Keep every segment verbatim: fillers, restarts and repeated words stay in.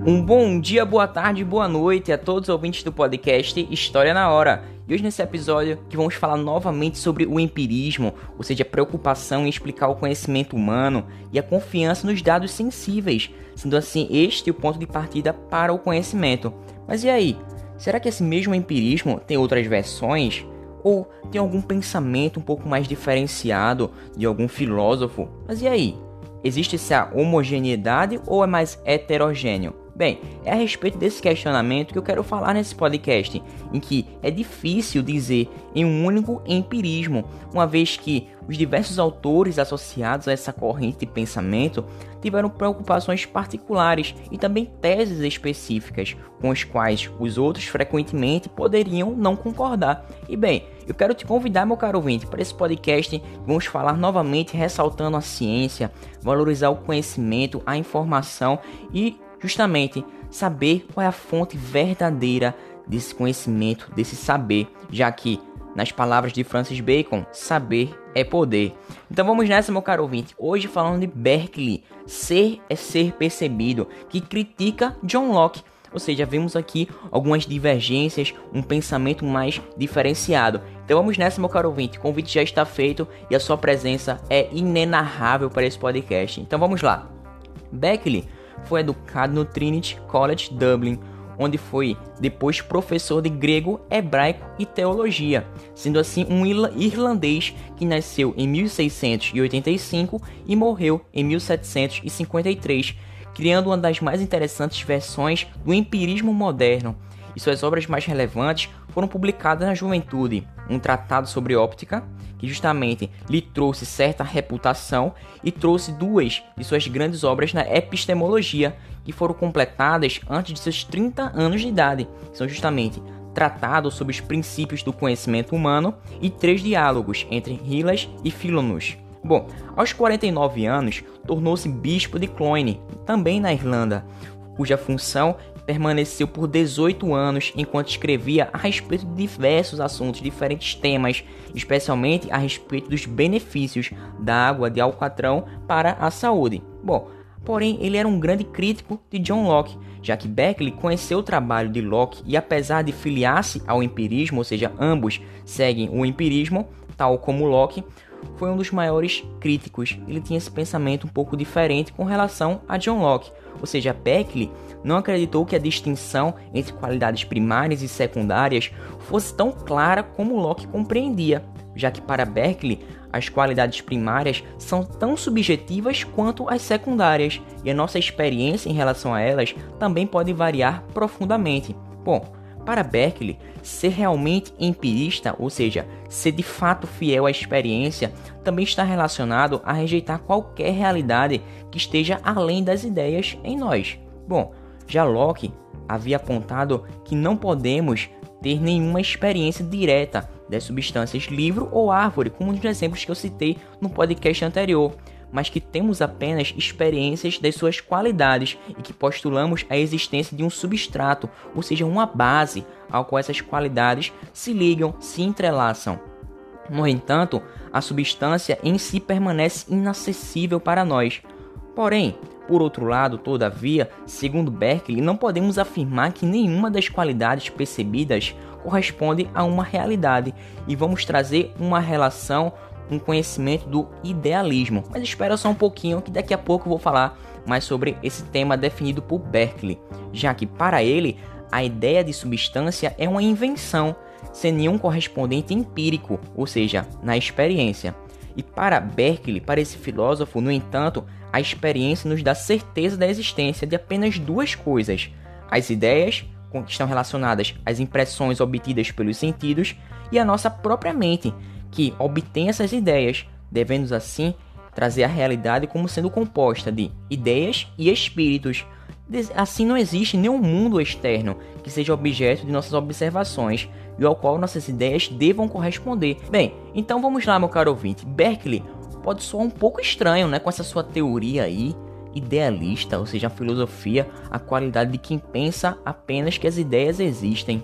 Um bom dia, boa tarde, boa noite a todos os ouvintes do podcast História na Hora. E hoje nesse episódio que vamos falar novamente sobre o empirismo, ou seja, a preocupação em explicar o conhecimento humano e a confiança nos dados sensíveis, sendo assim este o ponto de partida para o conhecimento. Mas e aí? Será que esse mesmo empirismo tem outras versões? Ou tem algum pensamento um pouco mais diferenciado de algum filósofo? Mas e aí? Existe essa homogeneidade ou é mais heterogêneo? Bem, é a respeito desse questionamento que eu quero falar nesse podcast, em que é difícil dizer em um único empirismo, uma vez que os diversos autores associados a essa corrente de pensamento tiveram preocupações particulares e também teses específicas, com as quais os outros frequentemente poderiam não concordar. E bem, eu quero te convidar, meu caro ouvinte, para esse podcast. Vamos falar novamente ressaltando a ciência, valorizar o conhecimento, a informação e justamente saber qual é a fonte verdadeira desse conhecimento, desse saber, já que, nas palavras de Francis Bacon, saber é poder. Então vamos nessa, meu caro ouvinte. Hoje falando de Berkeley, Ser é Ser Percebido, que critica John Locke. Ou seja, vemos aqui algumas divergências, um pensamento mais diferenciado. Então vamos nessa, meu caro ouvinte. O convite já está feito e a sua presença é inenarrável para esse podcast. Então vamos lá. Berkeley foi educado no Trinity College Dublin, onde foi depois professor de grego, hebraico e teologia, sendo assim um irlandês que nasceu em mil seiscentos e oitenta e cinco e morreu em mil setecentos e cinquenta e três, criando uma das mais interessantes versões do empirismo moderno. E suas obras mais relevantes foram publicadas na juventude, um tratado sobre óptica, que justamente lhe trouxe certa reputação, e trouxe duas de suas grandes obras na epistemologia, que foram completadas antes de seus trinta anos de idade. São justamente Tratado sobre os princípios do conhecimento humano e três diálogos entre Hillas e Philonous. Bom, aos quarenta e nove anos, tornou-se bispo de Cloyne, também na Irlanda, cuja função permaneceu por dezoito anos enquanto escrevia a respeito de diversos assuntos, diferentes temas, especialmente a respeito dos benefícios da água de alcatrão para a saúde. Bom, porém ele era um grande crítico de John Locke, já que Berkeley conheceu o trabalho de Locke e, apesar de filiar-se ao empirismo, ou seja, ambos seguem o empirismo, tal como Locke, foi um dos maiores críticos. Ele tinha esse pensamento um pouco diferente com relação a John Locke. Ou seja, Berkeley não acreditou que a distinção entre qualidades primárias e secundárias fosse tão clara como Locke compreendia, já que para Berkeley as qualidades primárias são tão subjetivas quanto as secundárias, e a nossa experiência em relação a elas também pode variar profundamente. Bom, para Berkeley, ser realmente empirista, ou seja, ser de fato fiel à experiência, também está relacionado a rejeitar qualquer realidade que esteja além das ideias em nós. Bom, já Locke havia apontado que não podemos ter nenhuma experiência direta das substâncias livro ou árvore, como nos exemplos que eu citei no podcast anterior, mas que temos apenas experiências das suas qualidades e que postulamos a existência de um substrato, ou seja, uma base ao qual essas qualidades se ligam, se entrelaçam. No entanto, a substância em si permanece inacessível para nós. Porém, por outro lado, todavia, segundo Berkeley, não podemos afirmar que nenhuma das qualidades percebidas corresponde a uma realidade, e vamos trazer uma relação, um conhecimento do idealismo. Mas espera só um pouquinho que daqui a pouco eu vou falar mais sobre esse tema definido por Berkeley, já que para ele a ideia de substância é uma invenção, sem nenhum correspondente empírico, ou seja, na experiência. E para Berkeley, para esse filósofo, no entanto, a experiência nos dá certeza da existência de apenas duas coisas: as ideias, que estão relacionadas às impressões obtidas pelos sentidos, e a nossa própria mente, que obtém essas ideias, devendo assim trazer a realidade como sendo composta de ideias e espíritos. Assim, não existe nenhum mundo externo que seja objeto de nossas observações e ao qual nossas ideias devam corresponder. Bem, então vamos lá, meu caro ouvinte. Berkeley pode soar um pouco estranho, né, com essa sua teoria aí idealista, ou seja, a filosofia, a qualidade de quem pensa apenas que as ideias existem,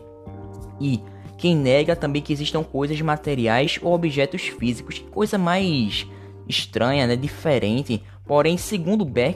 e quem nega também que existam coisas materiais ou objetos físicos. Que coisa mais estranha, né? Diferente. Porém, segundo Berkeley,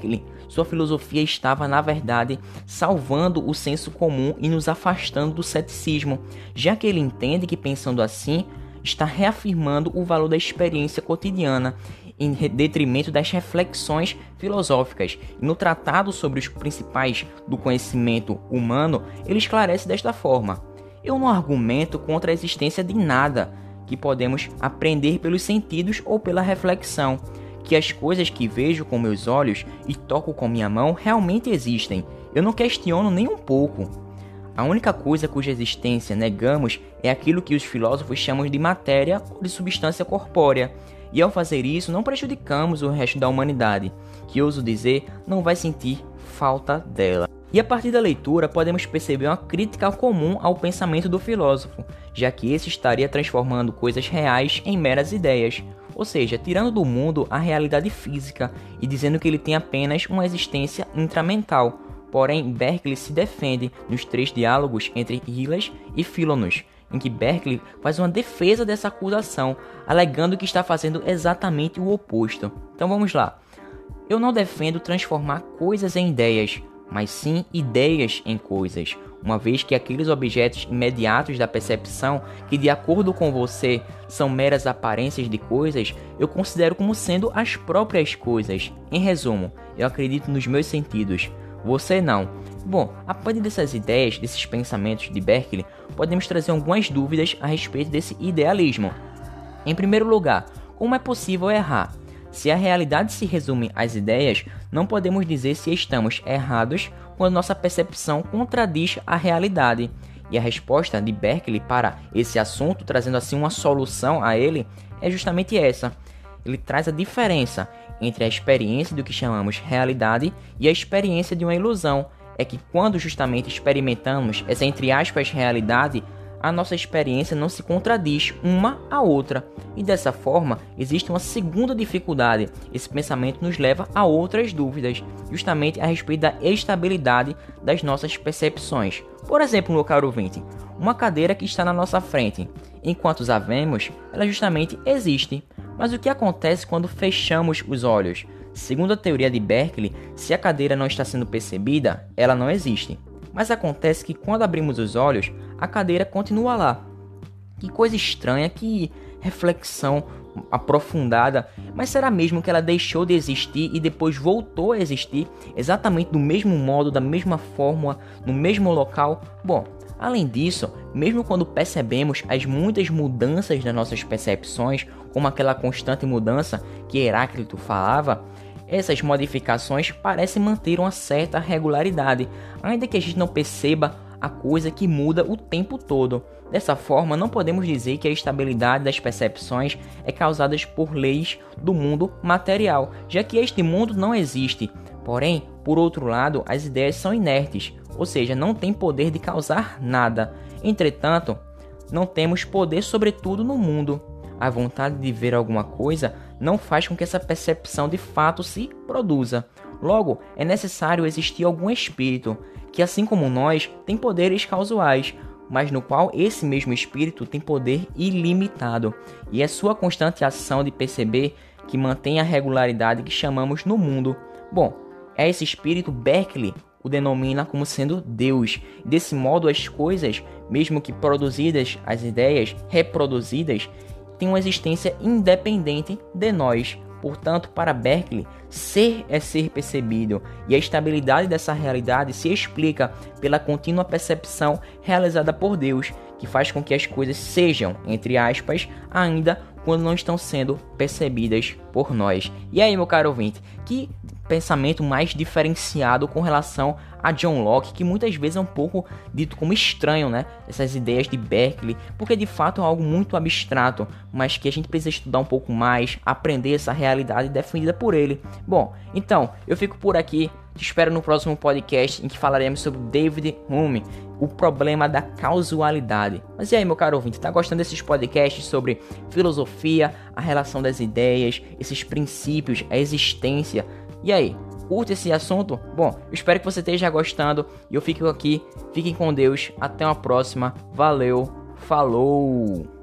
sua filosofia estava, na verdade, salvando o senso comum e nos afastando do ceticismo, já que ele entende que, pensando assim, está reafirmando o valor da experiência cotidiana em detrimento das reflexões filosóficas. E no tratado sobre os principais do conhecimento humano, ele esclarece desta forma: eu não argumento contra a existência de nada que podemos aprender pelos sentidos ou pela reflexão, que as coisas que vejo com meus olhos e toco com minha mão realmente existem. Eu não questiono nem um pouco. A única coisa cuja existência negamos é aquilo que os filósofos chamam de matéria ou de substância corpórea. E ao fazer isso, não prejudicamos o resto da humanidade, que, ouso dizer, não vai sentir falta dela. E a partir da leitura, podemos perceber uma crítica comum ao pensamento do filósofo, já que esse estaria transformando coisas reais em meras ideias, ou seja, tirando do mundo a realidade física e dizendo que ele tem apenas uma existência intramental. Porém, Berkeley se defende nos três diálogos entre Hillas e Philonous, em que Berkeley faz uma defesa dessa acusação, alegando que está fazendo exatamente o oposto. Então vamos lá. Eu não defendo transformar coisas em ideias, mas sim ideias em coisas, uma vez que aqueles objetos imediatos da percepção, que de acordo com você são meras aparências de coisas, eu considero como sendo as próprias coisas. Em resumo, eu acredito nos meus sentidos. Você não. Bom, a partir dessas ideias, desses pensamentos de Berkeley, podemos trazer algumas dúvidas a respeito desse idealismo. Em primeiro lugar, como é possível errar? Se a realidade se resume às ideias, não podemos dizer se estamos errados quando nossa percepção contradiz a realidade. E a resposta de Berkeley para esse assunto, trazendo assim uma solução a ele, é justamente essa. Ele traz a diferença entre a experiência do que chamamos realidade e a experiência de uma ilusão. É que quando justamente experimentamos essa, entre aspas, realidade, a nossa experiência não se contradiz uma à outra. E dessa forma, existe uma segunda dificuldade. Esse pensamento nos leva a outras dúvidas, justamente a respeito da estabilidade das nossas percepções. Por exemplo, meu caro ouvinte, uma cadeira que está na nossa frente. Enquanto a vemos, ela justamente existe. Mas o que acontece quando fechamos os olhos? Segundo a teoria de Berkeley, se a cadeira não está sendo percebida, ela não existe. Mas acontece que quando abrimos os olhos, a cadeira continua lá. Que coisa estranha, que reflexão aprofundada. Mas será mesmo que ela deixou de existir e depois voltou a existir exatamente do mesmo modo, da mesma forma, no mesmo local? Bom, além disso, mesmo quando percebemos as muitas mudanças das nossas percepções, como aquela constante mudança que Heráclito falava, essas modificações parecem manter uma certa regularidade, ainda que a gente não perceba a coisa que muda o tempo todo. Dessa forma, não podemos dizer que a estabilidade das percepções é causada por leis do mundo material, já que este mundo não existe. Porém, por outro lado, as ideias são inertes, ou seja, não têm poder de causar nada. Entretanto, não temos poder sobre tudo no mundo. A vontade de ver alguma coisa não faz com que essa percepção de fato se produza. Logo, é necessário existir algum espírito, que assim como nós, tem poderes causais, mas no qual esse mesmo espírito tem poder ilimitado. E é sua constante ação de perceber que mantém a regularidade que chamamos no mundo. Bom, é esse espírito Berkeley o denomina como sendo Deus. Desse modo, as coisas, mesmo que produzidas, as ideias reproduzidas, têm uma existência independente de nós. Portanto, para Berkeley, ser é ser percebido, e a estabilidade dessa realidade se explica pela contínua percepção realizada por Deus, que faz com que as coisas sejam, entre aspas, ainda quando não estão sendo percebidas por nós. E aí, meu caro ouvinte, que pensamento mais diferenciado com relação a John Locke, que muitas vezes é um pouco dito como estranho, né? Essas ideias de Berkeley, porque de fato é algo muito abstrato, mas que a gente precisa estudar um pouco mais, aprender essa realidade defendida por ele. Bom, então, eu fico por aqui, te espero no próximo podcast em que falaremos sobre David Hume, o problema da causalidade. Mas e aí, meu caro ouvinte, tá gostando desses podcasts sobre filosofia, a relação das ideias, esses princípios, a existência? E aí, curte esse assunto? Bom, eu espero que você esteja gostando e eu fico aqui. Fiquem com Deus, até uma próxima. Valeu, falou!